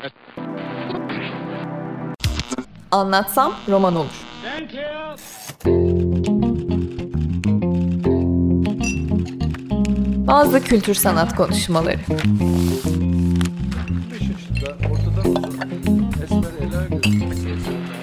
Anlatsam roman olur. Bazı kültür sanat konuşmaları. 25 yaşında ortadan uzun esmer eller gözüküyor.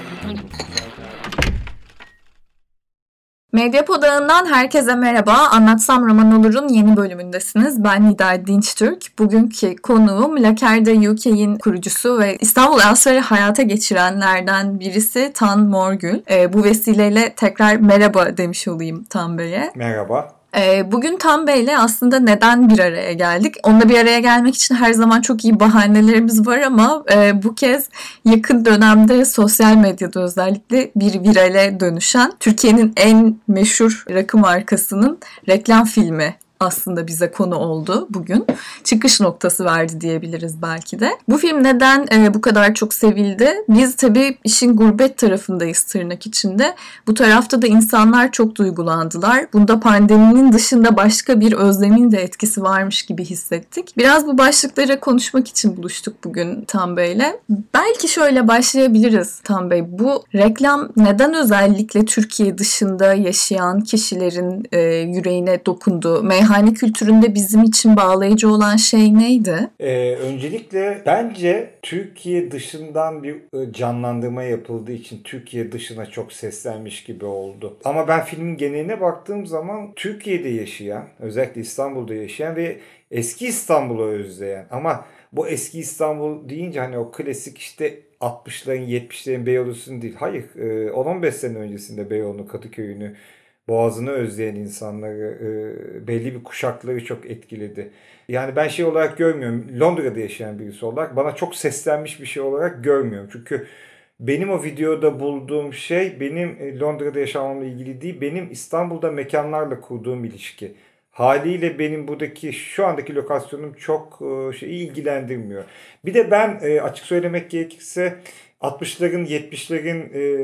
Medyapod ağından herkese merhaba. Anlatsam roman olur'un yeni bölümündesiniz. Ben Nida Dinçtürk. Bugünkü konuğum Laker'de UK'in kurucusu ve İstanbul Elsewhere'i hayata geçirenlerden birisi Tan Morgül. Bu vesileyle tekrar merhaba demiş olayım Tan Bey'e. Merhaba. Bugün Tan Bey'le aslında neden bir araya geldik? Onunla bir araya gelmek için her zaman çok iyi bahanelerimiz var ama bu kez yakın dönemde sosyal medyada özellikle bir virale dönüşen Türkiye'nin en meşhur rakı markasının reklam filmi aslında bize konu oldu bugün. Çıkış noktası verdi diyebiliriz belki de. Bu film neden bu kadar çok sevildi? Biz tabii işin gurbet tarafındayız tırnak içinde. Bu tarafta da insanlar çok duygulandılar. Bunda pandeminin dışında başka bir özlemin de etkisi varmış gibi hissettik. Biraz bu başlıkları konuşmak için buluştuk bugün Tan Bey'le. Belki şöyle başlayabiliriz Tan Bey. Bu reklam neden özellikle Türkiye dışında yaşayan kişilerin yüreğine dokundu? Meyhane kültüründe bizim için bağlayıcı olan şey neydi? Öncelikle bence Türkiye dışından bir canlandırma yapıldığı için Türkiye dışına çok seslenmiş gibi oldu. Ama ben filmin geneline baktığım zaman Türkiye'de yaşayan, özellikle İstanbul'da yaşayan ve eski İstanbul'u özleyen, ama bu eski İstanbul deyince hani o klasik işte 60'ların 70'lerin Beyoğlu'sunu değil. Hayır, 10-15 sene öncesinde Beyoğlu'nu, Kadıköy'ünü, Boğazını özleyen insanları, belli bir kuşakları çok etkiledi. Yani ben şey olarak görmüyorum, Londra'da yaşayan birisi olarak bana çok seslenmiş bir şey olarak görmüyorum. Çünkü benim o videoda bulduğum şey benim Londra'da yaşamamla ilgili değil, benim İstanbul'da mekanlarla kurduğum ilişki. Haliyle benim buradaki şu andaki lokasyonum çok ilgilendirmiyor. Bir de ben açık söylemek gerekirse 60'ların, 70'lerin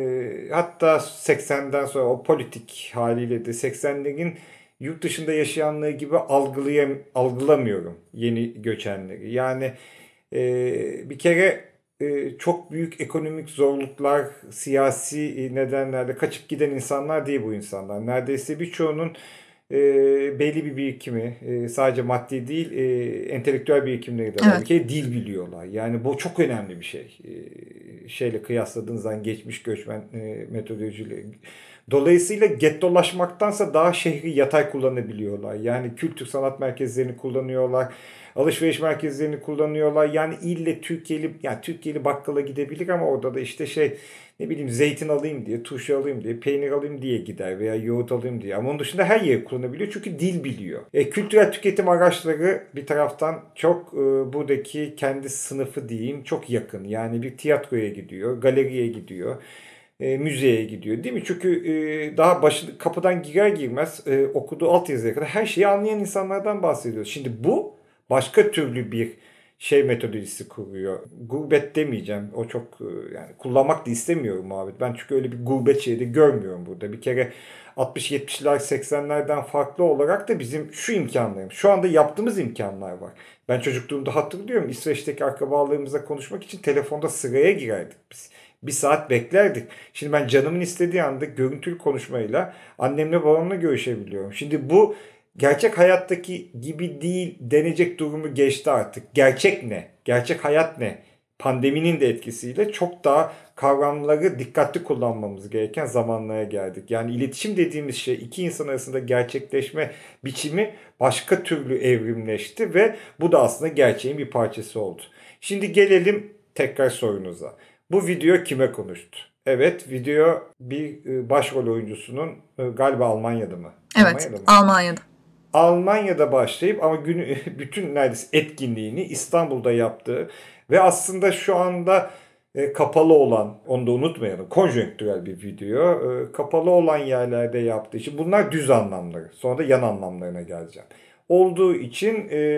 hatta 80'den sonra o politik haliyle de 80'lerin yurt dışında yaşayanlığı gibi algılamıyorum yeni göçenleri. Yani bir kere çok büyük ekonomik zorluklar, siyasi nedenlerle kaçıp giden insanlar değil bu insanlar. Neredeyse birçoğunun belli bir birikimi, sadece maddi değil, entelektüel birikimleri de var. Evet. Bir kere dil biliyorlar. Yani bu çok önemli bir şey. Şeyle kıyasladığınız zaman geçmiş göçmen metodolojiyle. Dolayısıyla gettolaşmaktansa daha şehri yatay kullanabiliyorlar. Yani kültür sanat merkezlerini kullanıyorlar. Alışveriş merkezlerini kullanıyorlar. Yani ille Türkiye'li bakkala gidebilir ama orada da işte ne bileyim zeytin alayım diye, turşu alayım diye, peynir alayım diye gider veya yoğurt alayım diye. Ama onun dışında her yeri kullanabiliyor çünkü dil biliyor. Kültürel tüketim araçları bir taraftan çok buradaki kendi sınıfı diyeyim çok yakın. Yani bir tiyatroya gidiyor, galeriye gidiyor, müzeye gidiyor değil mi? Çünkü daha kapıdan girer girmez okuduğu altyazıya kadar her şeyi anlayan insanlardan bahsediyoruz. Şimdi bu başka türlü bir metodolojisi kuruyor. Gurbet demeyeceğim. O çok yani kullanmak da istemiyorum abi. Ben çünkü öyle bir gurbet şeyi de görmüyorum burada. Bir kere 60-70'ler 80'lerden farklı olarak da bizim şu imkanlarımız, şu anda yaptığımız imkanlar var. Ben çocukluğumda hatırlıyorum, İsveç'teki akrabalarımızla konuşmak için telefonda sıraya girerdik biz. Bir saat beklerdik. Şimdi ben canımın istediği anda görüntülü konuşmayla annemle babamla görüşebiliyorum. Şimdi bu gerçek hayattaki gibi değil denecek durumu geçti artık. Gerçek ne? Gerçek hayat ne? Pandeminin de etkisiyle çok daha kavramları dikkatli kullanmamız gereken zamanlara geldik. Yani iletişim dediğimiz şey iki insan arasında gerçekleşme biçimi başka türlü evrimleşti ve bu da aslında gerçeğin bir parçası oldu. Şimdi gelelim tekrar sorunuza. Bu video kime konuştu? Evet, video bir başrol oyuncusunun galiba Almanya'da mı? Evet, Almanya'da. Almanya'da başlayıp ama bütün neredeyse etkinliğini İstanbul'da yaptığı ve aslında şu anda kapalı olan, onu da unutmayalım, konjonktürel bir video, kapalı olan yerlerde yaptığı için bunlar düz anlamları, sonra da yan anlamlarına geleceğim. Olduğu için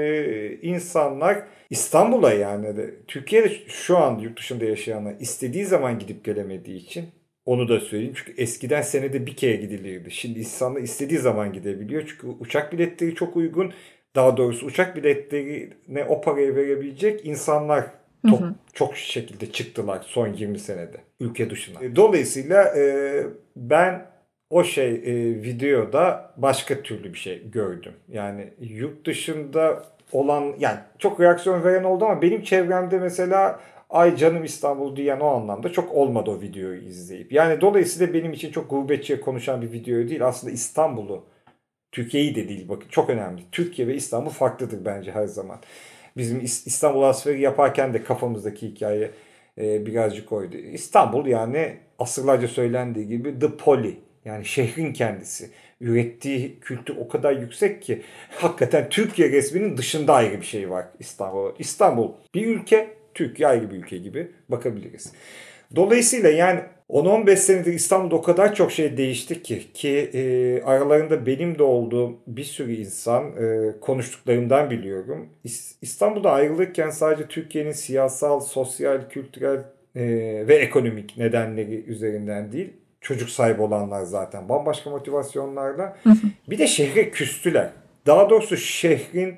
insanlar İstanbul'a yani de Türkiye'de şu an yurt dışında yaşayanlar istediği zaman gidip gelemediği için onu da söyleyeyim. Çünkü eskiden senede bir kere gidilirdi. Şimdi insanlar istediği zaman gidebiliyor. Çünkü uçak biletleri çok uygun. Daha doğrusu uçak biletlerine o parayı verebilecek insanlar çok şekilde çıktılar son 20 senede ülke dışına. Dolayısıyla ben o videoda başka türlü bir şey gördüm. Yani yurt dışında olan, yani çok reaksiyon veren oldu ama benim çevremde mesela ay canım İstanbul diyen o anlamda çok olmadı o videoyu izleyip. Yani dolayısıyla benim için çok gurbetçiye konuşan bir video değil. Aslında İstanbul'u, Türkiye'yi de değil, bakın çok önemli. Türkiye ve İstanbul farklıdır bence her zaman. Bizim İstanbul asferi yaparken de kafamızdaki hikaye birazcık oydu. İstanbul yani asırlarca söylendiği gibi the poli, yani şehrin kendisi. Ürettiği kültür o kadar yüksek ki hakikaten Türkiye resminin dışında ayrı bir şey var İstanbul. İstanbul bir ülke, Türkiye ayrı bir ülke gibi bakabiliriz. Dolayısıyla yani 10-15 senedir İstanbul'da o kadar çok şey değişti ki aralarında benim de olduğum bir sürü insan, konuştuklarımdan biliyorum. İstanbul'da ayrılırken sadece Türkiye'nin siyasal, sosyal, kültürel ve ekonomik nedenleri üzerinden değil, çocuk sahibi olanlar zaten bambaşka motivasyonlarla. Bir de şehre küstüler. Daha doğrusu şehrin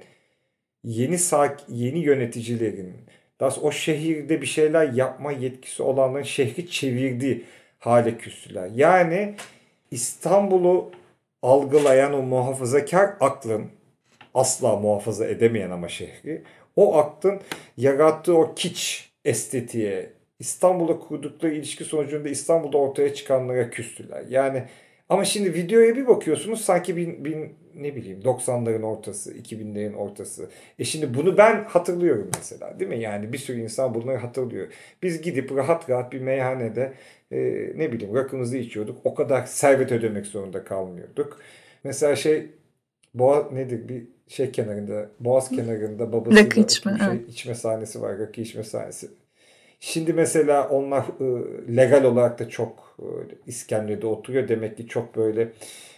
yeni yöneticilerin, daha sonra o şehirde bir şeyler yapma yetkisi olanların şehri çevirdiği hale küstüler. Yani İstanbul'u algılayan o muhafazakar aklın, asla muhafaza edemeyen ama şehri, o aklın yarattığı o kiç estetiğe, İstanbul'la kurdukları ilişki sonucunda İstanbul'da ortaya çıkanlara küstüler. Yani ama şimdi videoya bir bakıyorsunuz sanki ne bileyim 90'ların ortası, 2000'lerin ortası. Şimdi bunu ben hatırlıyorum mesela, değil mi? Yani bir sürü insan bunları hatırlıyor. Biz gidip rahat rahat bir meyhanede ne bileyim rakımızı içiyorduk. O kadar servet ödemek zorunda kalmıyorduk. Mesela nedir, bir kenarında, Boğaz kenarında babasıyla oturup içme sahnesi var, rakı içme sahnesi. Şimdi mesela onlar legal olarak da çok iskemlede oturuyor. Demek ki çok böyle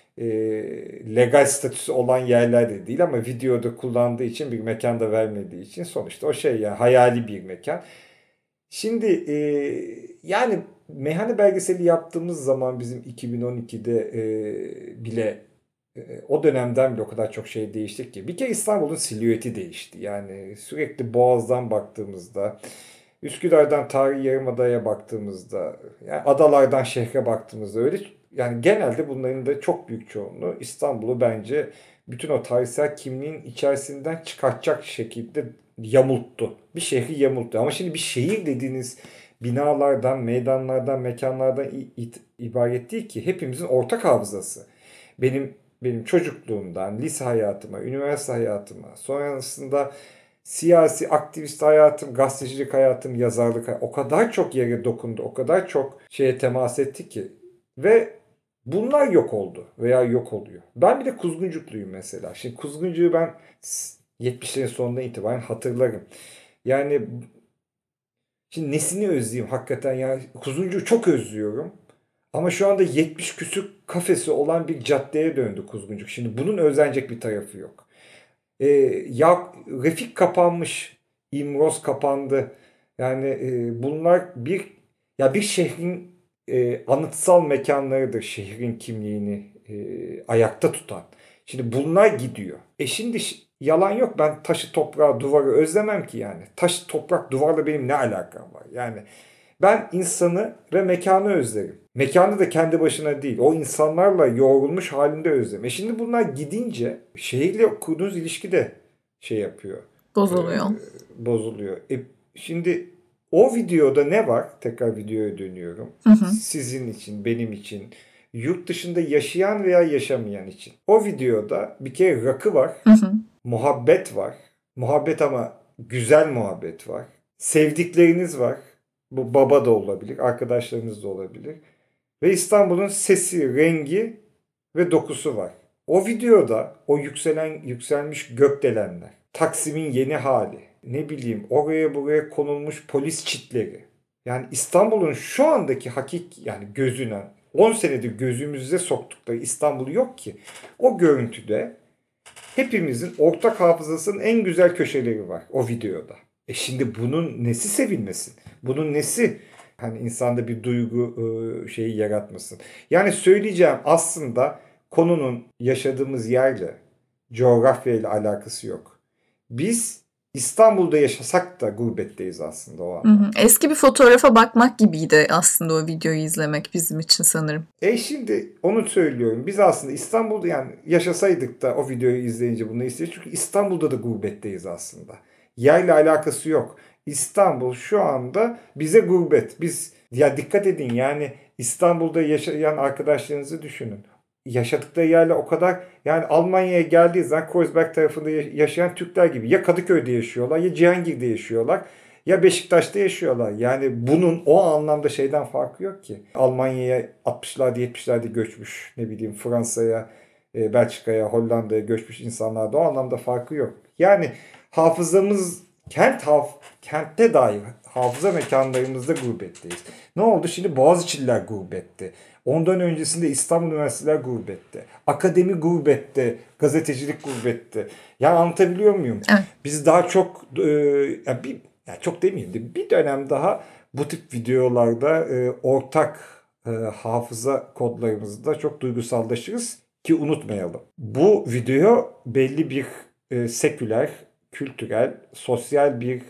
legal statüsü olan yerler de değil ama videoda kullandığı için, bir mekanda vermediği için sonuçta o yani hayali bir mekan. Şimdi yani meyhane belgeseli yaptığımız zaman bizim 2012'de bile o dönemden bile o kadar çok şey değişti ki. Bir kere İstanbul'un silüeti değişti. Yani sürekli Boğaz'dan baktığımızda, Üsküdar'dan Tarihi Yarımada'ya baktığımızda, yani adalardan şehre baktığımızda öyle, yani genelde bunların da çok büyük çoğunluğu İstanbul'u bence bütün o tarihsel kimliğin içerisinden çıkartacak şekilde yamulttu. Bir şehri yamulttu. Ama şimdi bir şehir dediğiniz binalardan, meydanlardan, mekanlardan ibaret değil ki. Hepimizin ortak hafızası. Benim çocukluğumdan, lise hayatıma, üniversite hayatıma, sonrasında siyasi aktivist hayatım, gazetecilik hayatım, yazarlık hayatım o kadar çok yere dokundu, o kadar çok şeye temas etti ki ve bunlar yok oldu veya yok oluyor. Ben bir de Kuzguncukluyum mesela. Şimdi Kuzguncu'yu ben 70'lerin sonundan itibaren hatırlarım. Yani şimdi nesini özleyeyim hakikaten ya. Kuzguncu'yu çok özlüyorum. Ama şu anda 70 küsür kafesi olan bir caddeye döndü Kuzguncuk. Şimdi bunun özlenecek bir tarafı yok. Ya Refik kapanmış, İmroz kapandı. Yani bunlar bir şehrin anıtsal mekanlarıdır, şehrin kimliğini ayakta tutan. Şimdi bunlar gidiyor. Şimdi yalan yok, ben taşı, toprağı, duvarı özlemem ki yani. Taş, toprak, duvarla benim ne alakam var? Yani ben insanı ve mekanı özlerim. Mekanı da kendi başına değil, o insanlarla yoğrulmuş halinde özlem. Şimdi bunlar gidince şehirle kurduğunuz ilişki de yapıyor. Bozuluyor. Bozuluyor. Şimdi o videoda ne var? Tekrar videoya dönüyorum. Sizin için, benim için, yurt dışında yaşayan veya yaşamayan için. O videoda bir kere rakı var. Muhabbet var. Muhabbet ama güzel muhabbet var. Sevdikleriniz var. Bu baba da olabilir, arkadaşlarınız da olabilir. Ve İstanbul'un sesi, rengi ve dokusu var. O videoda o yükselmiş gökdelenler, Taksim'in yeni hali, ne bileyim oraya buraya konulmuş polis çitleri. Yani İstanbul'un şu andaki yani gözüne 10 senedir gözümüze soktukları İstanbul yok ki. O görüntüde hepimizin ortak hafızasının en güzel köşeleri var o videoda. Şimdi bunun nesi sevilmesin? Bunun nesi hani insanda bir duygu yaratmasın? Yani söyleyeceğim aslında konunun yaşadığımız yerle, coğrafyayla alakası yok. Biz İstanbul'da yaşasak da gurbetteyiz aslında o anda. Eski bir fotoğrafa bakmak gibiydi aslında o videoyu izlemek bizim için sanırım. Şimdi onu söylüyorum. Biz aslında İstanbul'da yani yaşasaydık da o videoyu izleyince bunu istiyoruz. Çünkü İstanbul'da da gurbetteyiz aslında. Yerle alakası yok. İstanbul şu anda bize gurbet. Biz ya dikkat edin yani İstanbul'da yaşayan arkadaşlarınızı düşünün. Yaşadıkları yerle o kadar yani Almanya'ya geldiği zaman Kreuzberg tarafında yaşayan Türkler gibi ya Kadıköy'de yaşıyorlar ya Cihangir'de yaşıyorlar ya Beşiktaş'ta yaşıyorlar. Yani bunun o anlamda şeyden farkı yok ki. Almanya'ya 60'larda 70'lerde göçmüş ne bileyim Fransa'ya, Belçika'ya, Hollanda'ya göçmüş insanlarda o anlamda farkı yok. Yani hafızamız kentte dahi hafıza mekanlarımızda gurbetteyiz. Ne oldu? Şimdi Boğaziçi'liler gurbette. Ondan öncesinde İstanbul Üniversiteler gurbette. Akademi gurbette. Gazetecilik gurbette. Yani anlatabiliyor muyum? Evet. Biz daha çok çok demeyeyim de bir dönem daha bu tip videolarda ortak hafıza kodlarımızda çok duygusallaşırız ki unutmayalım. Bu video belli bir seküler, kültürel, sosyal bir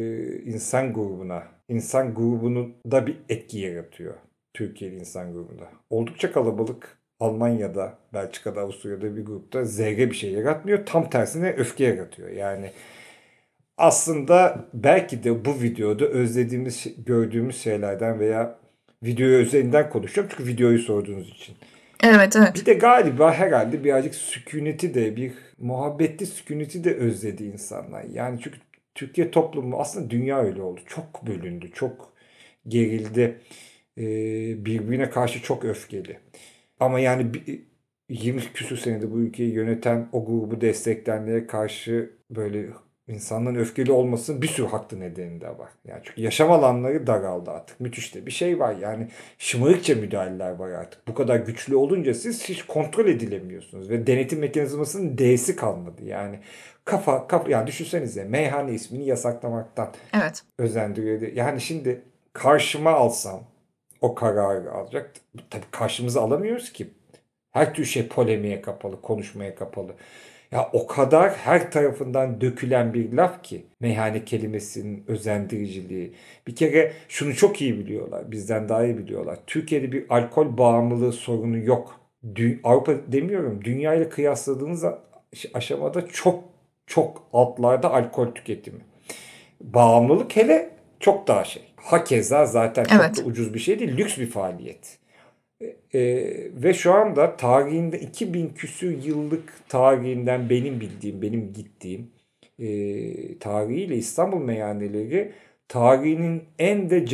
insan grubunun da bir etki yaratıyor. Türkiye'li insan grubunda. Oldukça kalabalık. Almanya'da, Belçika'da, Avusturya'da bir grupta zerre bir şey yaratmıyor. Tam tersine öfke yaratıyor. Yani aslında belki de bu videoda özlediğimiz, gördüğümüz şeylerden veya videoyu üzerinden konuşuyorum. Çünkü videoyu sorduğunuz için. Evet. Bir de galiba herhalde birazcık sükuneti de bir muhabbetli sükuneti de özledi insanlar. Yani çünkü Türkiye toplumu aslında dünya öyle oldu. Çok bölündü, çok gerildi. Birbirine karşı çok öfkeli. Ama yani 20 küsur senede bu ülkeyi yöneten o grubu destekleyenlere karşı böyle insanların öfkeli olmasının bir sürü haklı nedeni de var. Yani çünkü yaşam alanları daraldı artık. Müthiş de bir şey var. Yani şımarıkça müdahaleler var artık. Bu kadar güçlü olunca siz hiç kontrol edilemiyorsunuz ve denetim mekanizmasının D'si kalmadı. Yani kafa yani düşünsenize meyhane ismini yasaklamaktan özendiriyor. Yani şimdi karşıma alsam o kararı alacak. Tabii karşımıza alamıyoruz ki. Her tür şey polemiğe kapalı, konuşmaya kapalı. Ya o kadar her tarafından dökülen bir laf ki meyhane kelimesinin özendiriciliği. Bir kere şunu çok iyi biliyorlar, bizden daha iyi biliyorlar. Türkiye'de bir alkol bağımlılığı sorunu yok. Avrupa demiyorum, dünya ile kıyasladığınız aşamada çok çok altlarda alkol tüketimi. Bağımlılık hele çok daha şey. Hakeza zaten çok da ucuz bir şey değil, lüks bir faaliyet. Ve şu anda tarihinde 2000 küsür yıllık tarihinden benim bildiğim, benim gittiğim tarihiyle İstanbul meyhaneleri tarihinin en de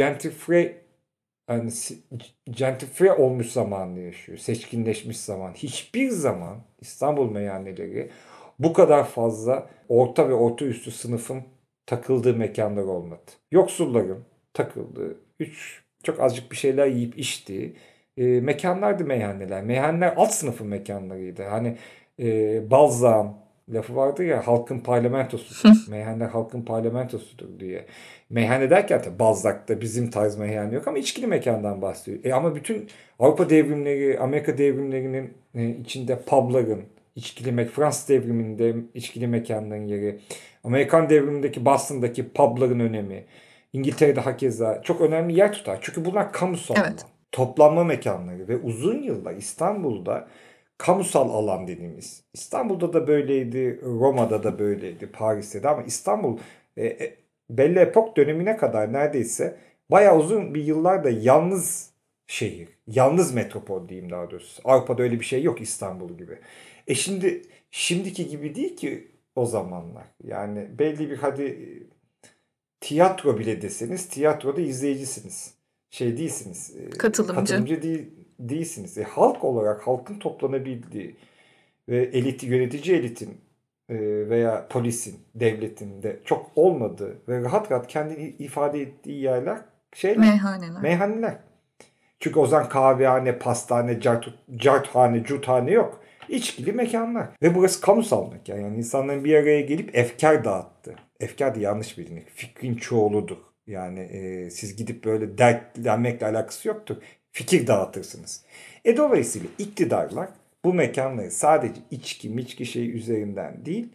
gentrifie olmuş zamanını yaşıyor. Seçkinleşmiş zaman. Hiçbir zaman İstanbul meyhaneleri bu kadar fazla orta ve orta üstü sınıfın takıldığı mekanlar olmadı. Yoksulların takıldığı, çok azıcık bir şeyler yiyip içtiği mekanlardı meyhaneler. Meyhaneler alt sınıfın mekanlarıydı. Hani Balzac'ın lafı vardı ya, halkın parlamentosudur. Meyhaneler halkın parlamentosudur diye. Meyhane derken tabii Balzac'ta bizim tarz meyhane yok ama içkili mekandan bahsediyor. Ama bütün Avrupa devrimleri, Amerika devrimlerinin içinde pubların, Fransız devriminde içkili mekanların yeri, Amerikan devrimindeki Boston'daki pubların önemi, İngiltere'de hakeza çok önemli yer tutar. Çünkü bunlar kamusal alan. Toplanma mekanları ve uzun yıllar İstanbul'da kamusal alan dediğimiz. İstanbul'da da böyleydi, Roma'da da böyleydi, Paris'te de ama İstanbul belli epok dönemine kadar neredeyse bayağı uzun bir yıllarda yalnız şehir, yalnız metropol diyeyim daha doğrusu. Avrupa'da öyle bir şey yok İstanbul gibi. Şimdiki gibi değil ki o zamanlar. Yani belli bir tiyatro bile deseniz tiyatroda izleyicisiniz. Değilsiniz. Katılımcı değilsiniz. Halk olarak halkın toplanabildiği ve yönetici elitin veya polisin, devletin de çok olmadığı ve rahat rahat kendini ifade ettiği yerler meyhaneler. Çünkü o zaman kahvehane, pastane, carthane, cuthane yok. İçkili mekanlar. Ve burası kamusal mekan. Yani insanların bir araya gelip efkar dağıttı. Efkar da yanlış bilinir. Fikrin çoğuludur. Yani siz gidip böyle dertlenmekle alakası yoktur. Fikir dağıtırsınız. Dolayısıyla iktidarlar bu mekanları sadece içki şeyi üzerinden değil,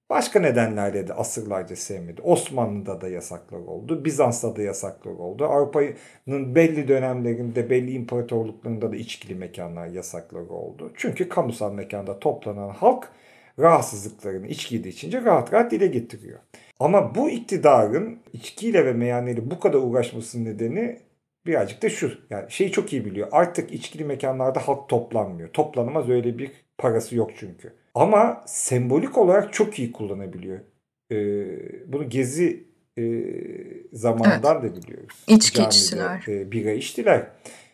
Başka nedenlerle de asırlarca sevmedi. Osmanlı'da da yasaklar oldu. Bizans'ta da yasaklar oldu. Avrupa'nın belli dönemlerinde, belli imparatorluklarında da içkili mekanlar yasakları oldu. Çünkü kamusal mekanda toplanan halk rahatsızlıklarını içkiyi de içince rahat rahat dile getiriyor. Ama bu iktidarın içkiyle ve meyhaneyle bu kadar uğraşmasının nedeni birazcık da şu. Yani şeyi çok iyi biliyor. Artık içkili mekanlarda halk toplanmıyor. Toplanamaz, öyle bir parası yok çünkü. Ama sembolik olarak çok iyi kullanabiliyor. Bunu Gezi Evet. zamanından da biliyoruz. İçki Camide içtiler. bira içtiler.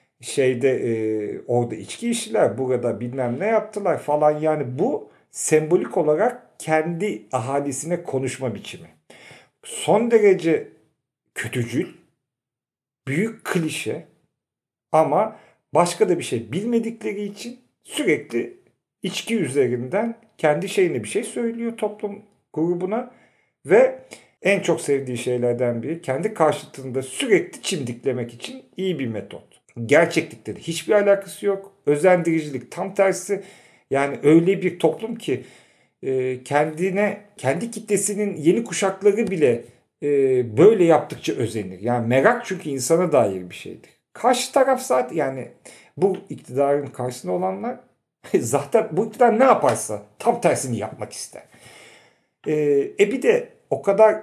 Orada içki içtiler. Burada bilmem ne yaptılar falan. Yani bu sembolik olarak kendi ahalisine konuşma biçimi. Son derece kötücül, büyük klişe ama başka da bir şey bilmedikleri için sürekli içki üzerinden kendi şeyine bir şey söylüyor toplum grubuna ve en çok sevdiği şeylerden biri kendi karşıtında sürekli çimdiklemek için iyi bir metot. Gerçeklikte de hiçbir alakası yok. Özendiricilik tam tersi. Yani öyle bir toplum ki kendi kitlesinin yeni kuşakları bile böyle yaptıkça özenir. Yani merak çünkü insana dair bir şeydir. Karşı taraf zaten yani bu iktidarın karşısında olanlar zaten bu iktidar ne yaparsa tam tersini yapmak ister. Bir de o kadar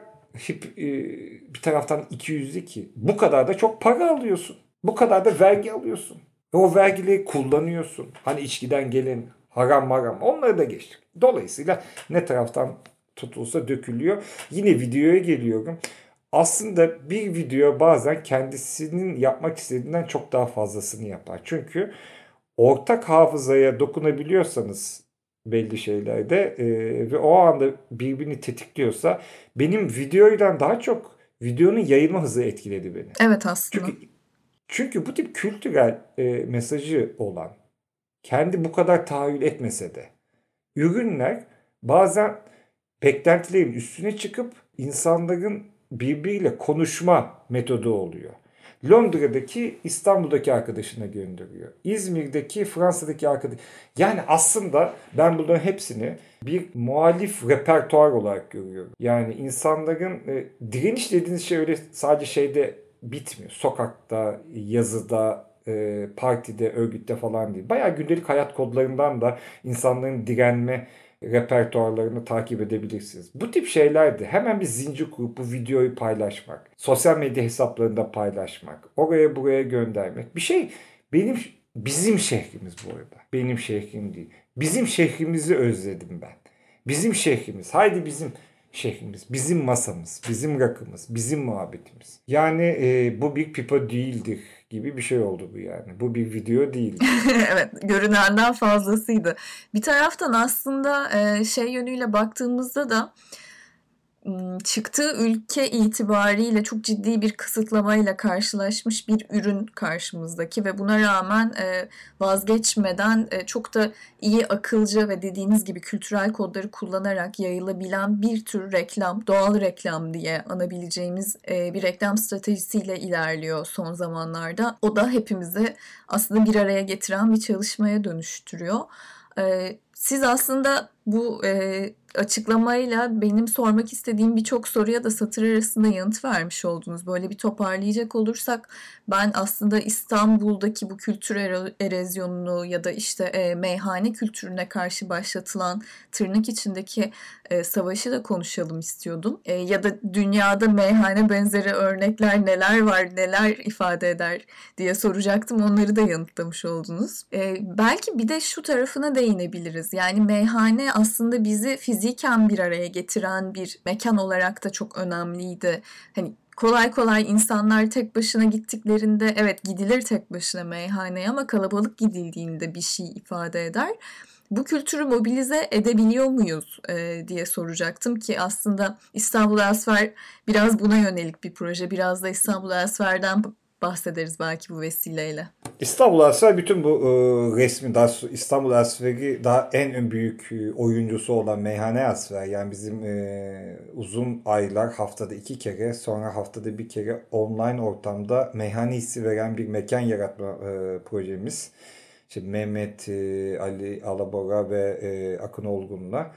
bir taraftan ikiyüzlü ki bu kadar da çok para alıyorsun. Bu kadar da vergi alıyorsun. O vergileri kullanıyorsun. Hani içkiden gelen haram maram onları da geçtik. Dolayısıyla ne taraftan tutulsa dökülüyor. Yine videoya geliyorum. Aslında bir video bazen kendisinin yapmak istediğinden çok daha fazlasını yapar. Çünkü ortak hafızaya dokunabiliyorsanız belli şeylerde ve o anda birbirini tetikliyorsa benim videoydan daha çok videonun yayılma hızı etkiledi beni. Evet aslında. Çünkü bu tip kültürel mesajı olan kendi bu kadar tahayyül etmese de ürünler bazen beklentilerin üstüne çıkıp insanların birbiriyle konuşma metodu oluyor. Londra'daki İstanbul'daki arkadaşına gönderiyor. İzmir'deki Fransa'daki arkadaş. Yani aslında ben bunların hepsini bir muhalif repertuar olarak görüyorum. Yani insanların direniş dediğiniz şey öyle sadece şeyde bitmiyor. Sokakta, yazıda, partide, örgütte falan değil. Bayağı gündelik hayat kodlarından da insanların direnme repertuarlarını takip edebilirsiniz. Bu tip şeylerdi. Hemen bir zincir kurup bu videoyu paylaşmak, sosyal medya hesaplarında paylaşmak, oraya buraya göndermek. Bir şey bizim şehrimiz bu arada. Benim şehrim değil. Bizim şehrimizi özledim ben. Bizim şehrimiz. Haydi bizim şehrimiz, bizim masamız, bizim rakımız, bizim muhabbetimiz. Yani bu bir pipo değildir gibi bir şey oldu bu yani. Bu bir video değildir. Evet, görünenden fazlasıydı. Bir taraftan aslında şey yönüyle baktığımızda da çıktığı ülke itibariyle çok ciddi bir kısıtlamayla karşılaşmış bir ürün karşımızdaki ve buna rağmen vazgeçmeden çok da iyi, akılcı ve dediğiniz gibi kültürel kodları kullanarak yayılabilen bir tür reklam, doğal reklam diye anabileceğimiz bir reklam stratejisiyle ilerliyor son zamanlarda. O da hepimizi aslında bir araya getiren bir çalışmaya dönüştürüyor. Siz aslında bu açıklamayla benim sormak istediğim birçok soruya da satır arasında yanıt vermiş oldunuz. Böyle bir toparlayacak olursak ben aslında İstanbul'daki bu kültür erozyonunu ya da işte meyhane kültürüne karşı başlatılan tırnak içindeki savaşı da konuşalım istiyordum. Ya da dünyada meyhane benzeri örnekler neler var, neler ifade eder diye soracaktım. Onları da yanıtlamış oldunuz. Belki bir de şu tarafına değinebiliriz. Yani meyhane aslında bizi fiziken bir araya getiren bir mekan olarak da çok önemliydi. Hani kolay kolay insanlar tek başına gittiklerinde evet gidilir tek başına meyhaneye ama kalabalık gidildiğinde bir şey ifade eder. Bu kültürü mobilize edebiliyor muyuz diye soracaktım ki aslında İstanbul Elsfer biraz buna yönelik bir proje. Biraz da İstanbul Elsfer'den bahsederiz belki bu vesileyle. İstanbul Arslan bütün bu resmi daha İstanbul Arslan'ı daha en büyük oyuncusu olan Meyhane Arslan yani bizim uzun aylar haftada 2 kere sonra haftada 1 kere online ortamda meyhane hissi veren bir mekan yaratma projemiz. İşte Mehmet, Ali Alabora ve Akın Olgun'la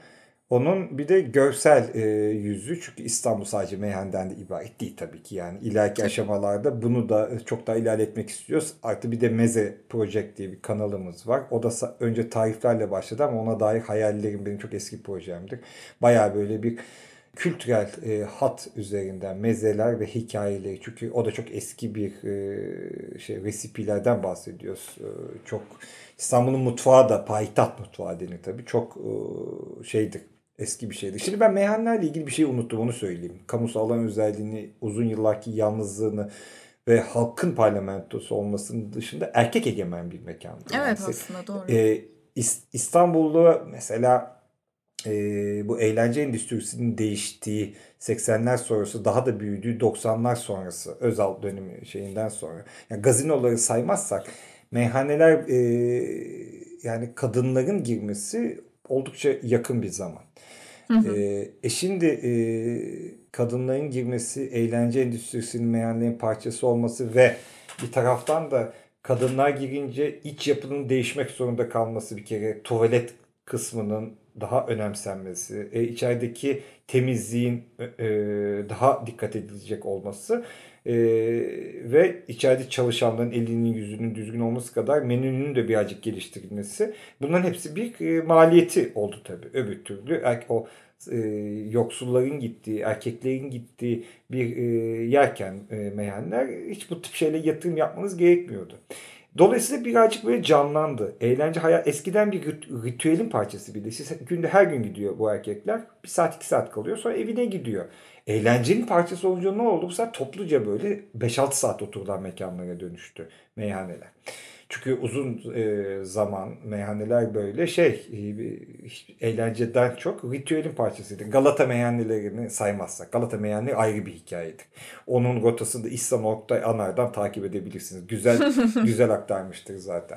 Onun bir de görsel yüzü, çünkü İstanbul sadece meyhaneden de ibaret değil tabii ki, yani ileriki Tabii. aşamalarda bunu da çok daha ilerletmek istiyoruz. Artı bir de Meze Project diye bir kanalımız var. O da önce tariflerle başladı ama ona dair hayallerim, benim çok eski projemdir. Bayağı böyle bir kültürel hat üzerinden mezeler ve hikayeleri, çünkü o da çok eski bir resipilerden bahsediyoruz. Çok İstanbul'un mutfağı da payitaht mutfağı denir tabii. Çok şeydir. Eski bir şeydi. Şimdi ben meyhanelerle ilgili bir şey unuttum, onu söyleyeyim. Kamusal alan özelliğini, uzun yıllarki yalnızlığını ve halkın parlamentosu olmasının dışında erkek egemen bir mekandı. Yani Evet, aslında doğru. İstanbul'da mesela bu eğlence endüstrisinin değiştiği 80'ler sonrası, daha da büyüdüğü 90'lar sonrası, Özal dönemi şeyinden sonra. Yani gazinoları saymazsak meyhaneler, yani kadınların girmesi oldukça yakın bir zaman. Hı hı. Şimdi kadınların girmesi, eğlence endüstrisinin meyhanelerin parçası olması ve bir taraftan da kadınlar girince iç yapının değişmek zorunda kalması, bir kere tuvalet kısmının daha önemsenmesi, içerideki temizliğin daha dikkat edilecek olması ve içeride çalışanların elinin yüzünün düzgün olması kadar menünün de birazcık geliştirilmesi. Bunların hepsi bir maliyeti oldu tabii. Öbür türlü o yoksulların gittiği, erkeklerin gittiği bir yerken meyhaneler, hiç bu tip şeyle yatırım yapmanız gerekmiyordu. Dolayısıyla birazcık böyle canlandı. Eğlence hayat eskiden bir ritüelin parçası bile. Siz günde her gün gidiyor bu erkekler. Bir saat 2 saat kalıyor, sonra evine gidiyor. Eğlencenin parçası olunca ne oldu? Bu sefer topluca böyle 5-6 saat oturulan mekanlara dönüştü meyhaneler. Çünkü uzun zaman meyhaneler böyle eğlenceden çok ritüelin parçasıydı. Galata meyhanelerini saymazsak. Galata meyhaneleri ayrı bir hikayedir. Onun rotasını da İhsan Oktay Anar'dan takip edebilirsiniz. Güzel güzel aktarmıştır zaten.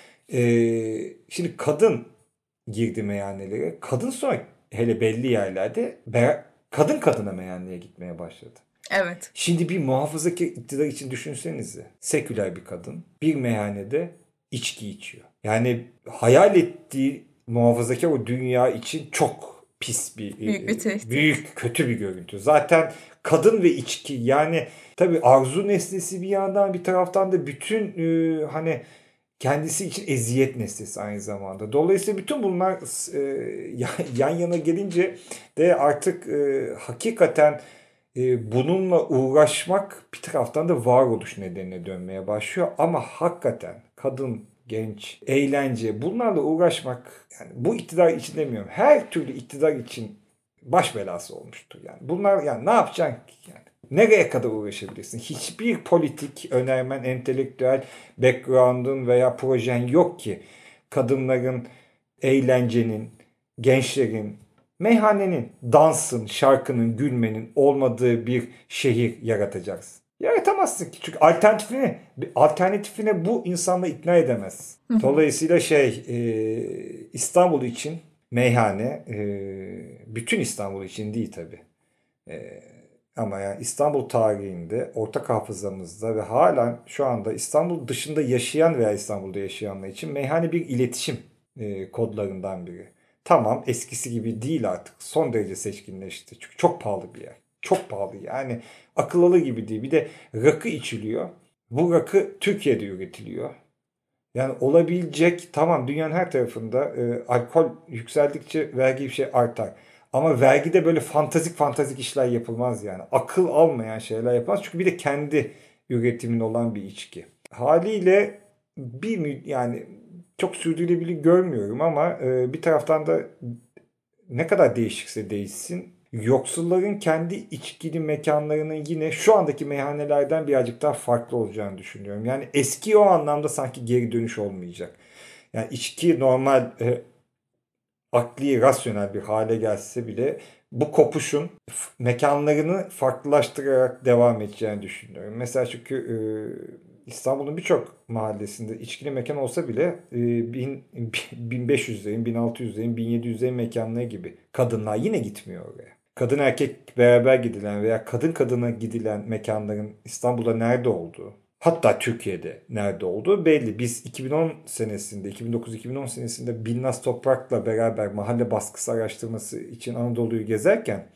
Şimdi kadın girdi meyhanelere. Kadın sonra hele belli yerlerde kadın kadına meyhaneye gitmeye başladı. Evet. Şimdi bir muhafazakar iktidar için düşünsenize. Seküler bir kadın bir meyhanede içki içiyor. Yani hayal ettiği muhafazakar o dünya için çok pis bir, Büyük bir tehdit. büyük kötü bir görüntü. Zaten kadın ve içki, yani tabii arzu nesnesi bir yandan, bir taraftan da bütün hani kendisi için eziyet nesnesi aynı zamanda. Dolayısıyla bütün bunlar yan yana gelince de artık hakikaten bununla uğraşmak bir taraftan da varoluş nedenine dönmeye başlıyor. Ama hakikaten kadın, genç, eğlence, bunlarla uğraşmak, yani bu iktidar için demiyorum, her türlü iktidar için baş belası olmuştur. Yani bunlar, yani ne yapacaksın ki yani? Nereye kadar uğraşabilirsin? Hiçbir politik, önermen, entelektüel background'un veya projen yok ki kadınların, eğlencenin, gençlerin, meyhanenin, dansın, şarkının, gülmenin olmadığı bir şehir yaratacaksın. Yaratamazsın ki. Çünkü alternatifine bu insanla ikna edemez. Dolayısıyla İstanbul için meyhane, bütün İstanbul için değil tabii. Ama yani İstanbul tarihinde, ortak hafızamızda ve halen şu anda İstanbul dışında yaşayan veya İstanbul'da yaşayanlar için meyhane bir iletişim kodlarından biri. Tamam, eskisi gibi değil artık. Son derece seçkinleşti. Çünkü çok pahalı bir yer. Çok pahalı, yani akıl alır gibi değil. Bir de rakı içiliyor. Bu rakı Türkiye'de üretiliyor. Yani olabilecek, tamam, dünyanın her tarafında alkol yükseldikçe vergi bir şey artar. Ama vergide böyle fantazik işler yapılmaz yani. Akıl almayan şeyler yapılmaz. Çünkü bir de kendi üretimin olan bir içki. Haliyle yani çok sürdürülebilir görmüyorum ama bir taraftan da ne kadar değişikse değişsin, yoksulların kendi içkili mekanlarının yine şu andaki meyhanelerden birazcık daha farklı olacağını düşünüyorum. Yani eski o anlamda sanki geri dönüş olmayacak. Yani içki normal, akli, rasyonel bir hale gelse bile bu kopuşun mekanlarını farklılaştırarak devam edeceğini düşünüyorum. Mesela çünkü İstanbul'un birçok mahallesinde içkili mekan olsa bile 1500'lerin, 1600'lerin, 1700'lerin mekanları gibi kadınlar yine gitmiyor oraya. Kadın erkek beraber gidilen veya kadın kadına gidilen mekanların İstanbul'da nerede olduğu, Hatta Türkiye'de nerede olduğu belli. Biz 2010 senesinde, 2009-2010 senesinde Binnaz Toprak'la beraber mahalle baskısı araştırması için Anadolu'yu gezerken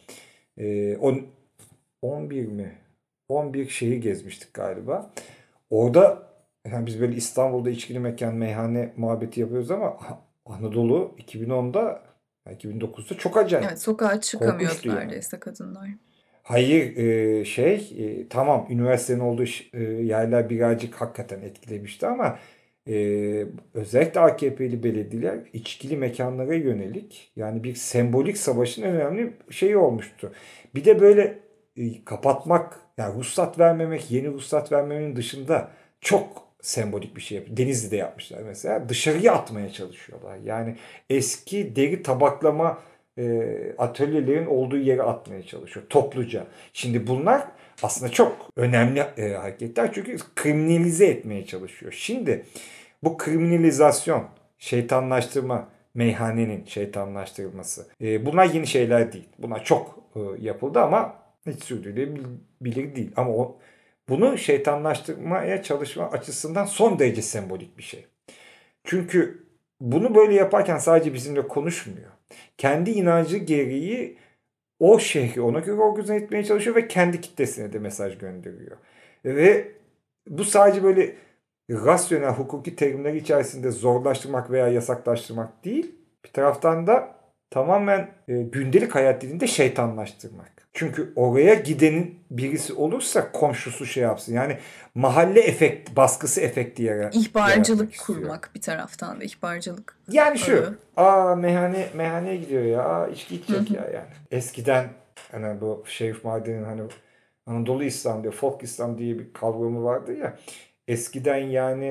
11 mi? 11 şehir gezmiştik galiba. Orada yani biz böyle İstanbul'da içkili mekan, meyhane muhabbeti yapıyoruz ama Anadolu 2010'da, 2009'da çok acayip. Evet, sokağa çıkamıyordu Korkunçtu yani. neredeyse kadınlar. Hayır, tamam, üniversitenin olduğu yerler birazcık hakikaten etkilemişti ama özellikle AKP'li belediyeler içkili mekanlara yönelik yani bir sembolik savaşın en önemli şeyi olmuştu. Bir de böyle kapatmak, yani ruhsat vermemek, yeni ruhsat vermemenin dışında çok sembolik bir şey yapıyor. Denizli'de yapmışlar mesela. Dışarıya atmaya çalışıyorlar. Yani eski deri tabaklama atölyelerin olduğu yere atmaya çalışıyor topluca. Şimdi bunlar aslında çok önemli hareketler çünkü kriminalize etmeye çalışıyor. Şimdi bu kriminalizasyon, şeytanlaştırma, meyhanenin şeytanlaştırılması bunlar yeni şeyler değil. Bunlar çok yapıldı ama hiç sürdürülebilir değil. Ama bunu şeytanlaştırmaya çalışma açısından son derece sembolik bir şey. Çünkü bunu böyle yaparken sadece bizimle konuşmuyor. Kendi inancı gereği o şehri ona göre organize etmeye çalışıyor ve kendi kitlesine de mesaj gönderiyor. Ve bu sadece böyle rasyonel hukuki terimler içerisinde zorlaştırmak veya yasaklaştırmak değil. Bir taraftan da tamamen gündelik hayat dilinde şeytanlaştırmak. Çünkü oraya gidenin birisi olursa komşusu şey yapsın. Yani mahalle baskısı efekti yaratmak İhbarcılık istiyor. kurmak bir taraftan da ihbarcılık. Yani şu, meyhaneye gidiyor ya, içki içecek ya yani. Eskiden hani bu Şerif Maden'in hani Anadolu İslam diye, folk İslam diye bir kavramı vardı ya. Eskiden yani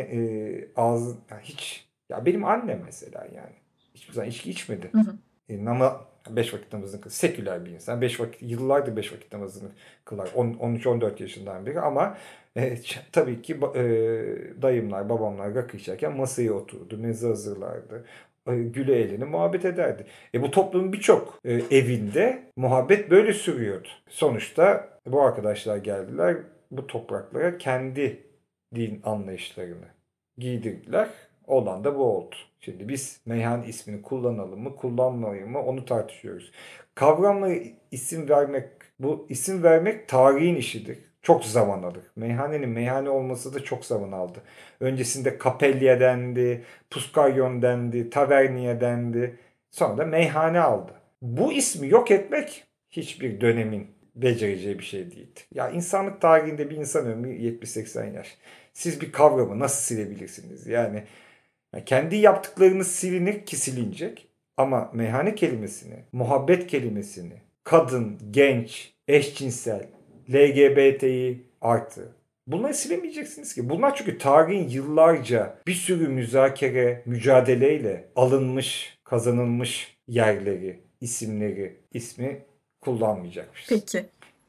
hiç, ya benim annem mesela yani hiçbir zaman içki içmedi. Ama 5 vakit namazını kılar. Seküler bir insan. Yıllardır 5 vakit namazını kılar. 13-14 yaşından beri ama tabii ki dayımlar, babamlar rakı içerken masaya oturdu, meze hazırlardı. Güle eğlene muhabbet ederdi. Bu toplumun birçok evinde muhabbet böyle sürüyordu. Sonuçta bu arkadaşlar geldiler bu topraklara kendi din anlayışlarını giydirdiler. Olan da bu oldu. Şimdi biz meyhane ismini kullanalım mı, kullanmayalım mı onu tartışıyoruz. Kavramlara isim vermek, bu isim vermek tarihin işidir. Çok zaman alır. Meyhanenin meyhane olması da çok zaman aldı. Öncesinde kapelya dendi, puskaryon dendi, taverniye dendi. Sonra da meyhane aldı. Bu ismi yok etmek hiçbir dönemin becereceği bir şey değildi. Ya insanlık tarihinde bir insan ömrü 70-80 yaş. Siz bir kavramı nasıl silebilirsiniz? Yani kendi yaptıklarınız silinir ki silinecek. Ama meyhane kelimesini, muhabbet kelimesini, kadın, genç, eşcinsel, LGBTİ artı bunları silemeyeceksiniz ki. Bunlar çünkü tarihin yıllarca bir sürü müzakere, mücadeleyle alınmış, kazanılmış yerleri, isimleri, ismi kullanmayacakmışız. Peki.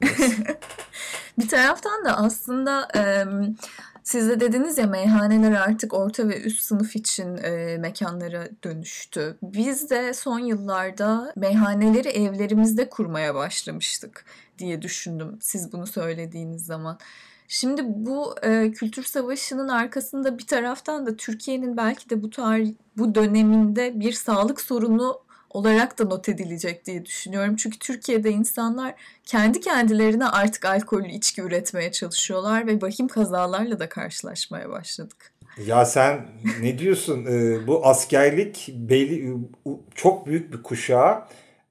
Bir taraftan da aslında siz de dediniz ya meyhaneler artık orta ve üst sınıf için mekanlara dönüştü. Biz de son yıllarda meyhaneleri evlerimizde kurmaya başlamıştık diye düşündüm siz bunu söylediğiniz zaman. Şimdi bu kültür savaşının arkasında bir taraftan da Türkiye'nin belki de bu döneminde bir sağlık sorunu olarak da not edilecek diye düşünüyorum. Çünkü Türkiye'de insanlar kendi kendilerine artık alkollü içki üretmeye çalışıyorlar ve vahim kazalarla da karşılaşmaya başladık. Ya sen ne diyorsun? Bu askerlik çok büyük bir kuşağı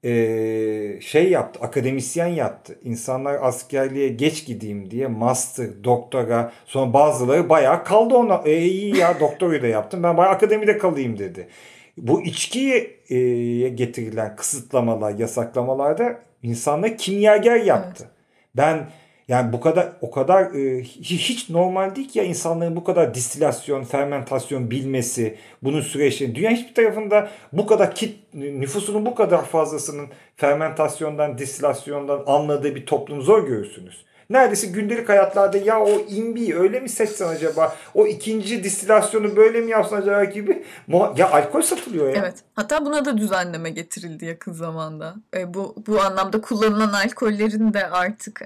şey yaptı, akademisyen yaptı. İnsanlar askerliğe geç gideyim diye master, doktora, sonra bazıları bayağı kaldı ona. İyi ya doktorayı da yaptım, ben bayağı akademide kalayım dedi. Bu içkiye getirilen kısıtlamalar, yasaklamalarda insanları kimyager yaptı. Evet. Ben yani o kadar hiç normal değil ki ya insanların bu kadar distilasyon, fermentasyon bilmesi, bunun süreçleri. Dünya hiçbir tarafında bu kadar nüfusunun bu kadar fazlasının fermentasyondan, distilasyondan anladığı bir toplum zor görürsünüz. neredeyse gündelik hayatlarda ya o imbiyi öyle mi seçsen acaba? O ikinci distilasyonu böyle mi yapsan acaba gibi. Ya alkol satılıyor ya. Evet. Hatta buna da düzenleme getirildi yakın zamanda. Bu anlamda kullanılan alkollerin de artık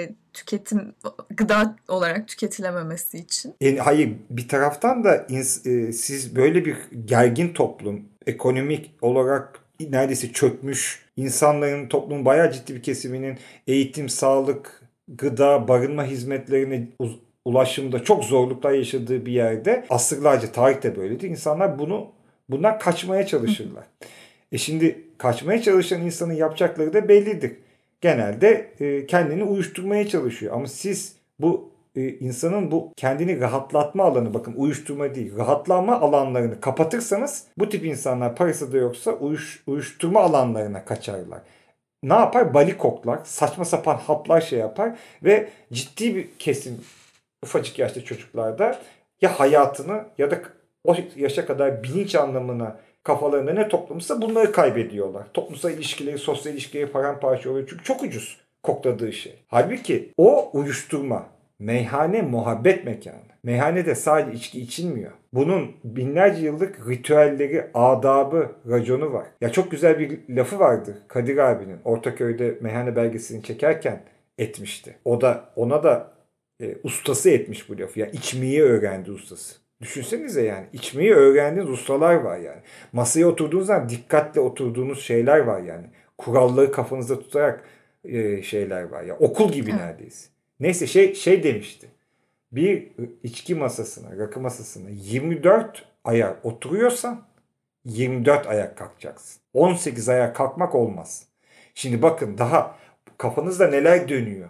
gıda olarak tüketilememesi için. Hayır, bir taraftan da siz böyle bir gergin toplum, ekonomik olarak neredeyse çökmüş, insanların, toplumun bayağı ciddi bir kesiminin eğitim, sağlık, gıda, barınma hizmetlerine ulaşımda çok zorluklar yaşadığı bir yerde, asırlarca tarihte böyledir. İnsanlar bundan kaçmaya çalışırlar. Şimdi kaçmaya çalışan insanın yapacakları da bellidir. Genelde kendini uyuşturmaya çalışıyor. Ama siz bu insanın bu kendini rahatlatma alanı, bakın uyuşturma değil, rahatlama alanlarını kapatırsanız bu tip insanlar parası da yoksa uyuşturma alanlarına kaçarlar. Ne yapar? Bali koklar, saçma sapan haplar şey yapar ve ciddi bir kesim ufacık yaşta çocuklarda ya hayatını ya da o yaşa kadar bilinç anlamına kafalarında ne toplamışsa bunları kaybediyorlar. Toplumsal ilişkileri, sosyal ilişkileri paramparça oluyor. Çünkü çok ucuz kokladığı şey. Halbuki o uyuşturma, meyhane muhabbet mekanı. Meyhanede sadece içki içilmiyor. Bunun binlerce yıllık ritüelleri, adabı, raconu var. Ya çok güzel bir lafı vardı Kadir abinin. Ortaköy'de meyhane belgeselini çekerken etmişti. Ona da ustası etmiş bu lafı. Ya içmeyi öğrendi ustası. Düşünsenize yani içmeyi öğrendiğiniz ustalar var yani. Masaya oturduğunuz zaman dikkatle oturduğunuz şeyler var yani. Kuralları kafanızda tutarak şeyler var ya. Okul gibi neredeyse. Neyse şey demişti. Bir içki masasına, rakı masasına 24 ayak oturuyorsan 24 ayak kalkacaksın. 18 ayak kalkmak olmaz. Şimdi bakın daha kafanızda neler dönüyor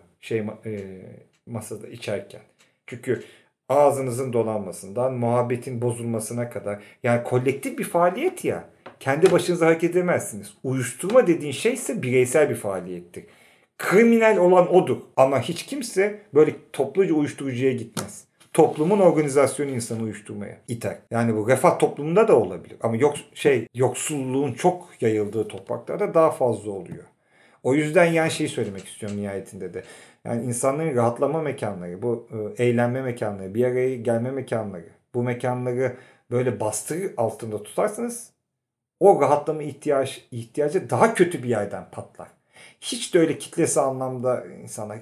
masada içerken. Çünkü ağzınızın dolanmasından, muhabbetin bozulmasına kadar. Yani kolektif bir faaliyet ya. Kendi başınıza hareket edemezsiniz. Uyuşturma dediğin şey ise bireysel bir faaliyettir. Kriminal olan odur. Ama hiç kimse böyle topluca uyuşturucuya gitmez. Toplumun organizasyonu insanı uyuşturmaya iter. Yani bu refah toplumunda da olabilir. Ama yoksulluğun çok yayıldığı topraklarda daha fazla oluyor. O yüzden yani şeyi söylemek istiyorum nihayetinde de. Yani insanların rahatlama mekanları, bu eğlenme mekanları, bir araya gelme mekanları, bu mekanları böyle bastırı altında tutarsanız o rahatlama ihtiyacı daha kötü bir yerden patlar. Hiç de öyle kitlesi anlamda insanlar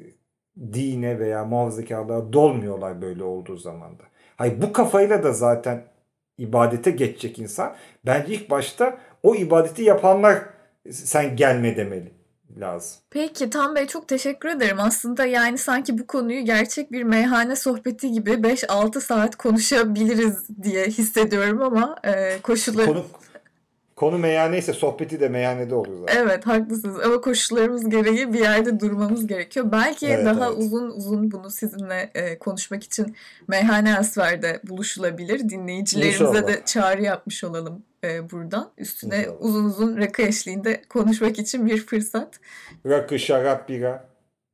dine veya muhafazakarlığa dolmuyorlar böyle olduğu zamanda. Hayır, bu kafayla da zaten ibadete geçecek insan. Bence ilk başta o ibadeti yapanlar sen gelme demeli lazım. Peki Tan Bey, çok teşekkür ederim. Aslında yani sanki bu konuyu gerçek bir meyhane sohbeti gibi 5-6 saat konuşabiliriz diye hissediyorum ama koşullar... Konu meyhaneyse sohbeti de meyhanede olur zaten. Evet, haklısınız ama koşullarımız gereği bir yerde durmamız gerekiyor. Belki uzun bunu sizinle konuşmak için Meyhane Asfer'de buluşulabilir. Dinleyicilerimize de çağrı yapmış olalım buradan. Üstüne uzun rakı eşliğinde konuşmak için bir fırsat. Rakı, şarap, bira.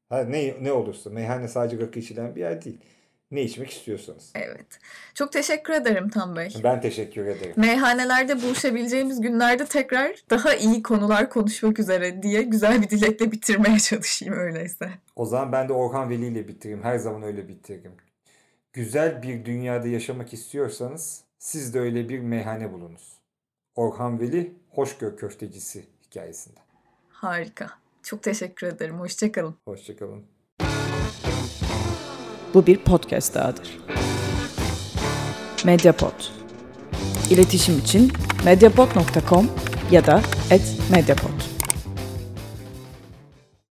Ne olursa. Meyhane sadece rakı içilen bir yer değil. Ne içmek istiyorsanız. Evet. Çok teşekkür ederim Tan Bey. Ben teşekkür ederim. Meyhanelerde buluşabileceğimiz günlerde tekrar daha iyi konular konuşmak üzere diye güzel bir dilekle bitirmeye çalışayım öyleyse. O zaman ben de Orhan Veli ile bitireyim. Her zaman öyle bitiririm. Güzel bir dünyada yaşamak istiyorsanız siz de öyle bir meyhane bulunuz. Orhan Veli Hoşgör Köftecisi hikayesinde. Harika. Çok teşekkür ederim. Hoşçakalın. Hoşçakalın. Bu bir podcast dahadır. Mediapod. İletişim için mediapod.com ya da @mediapod.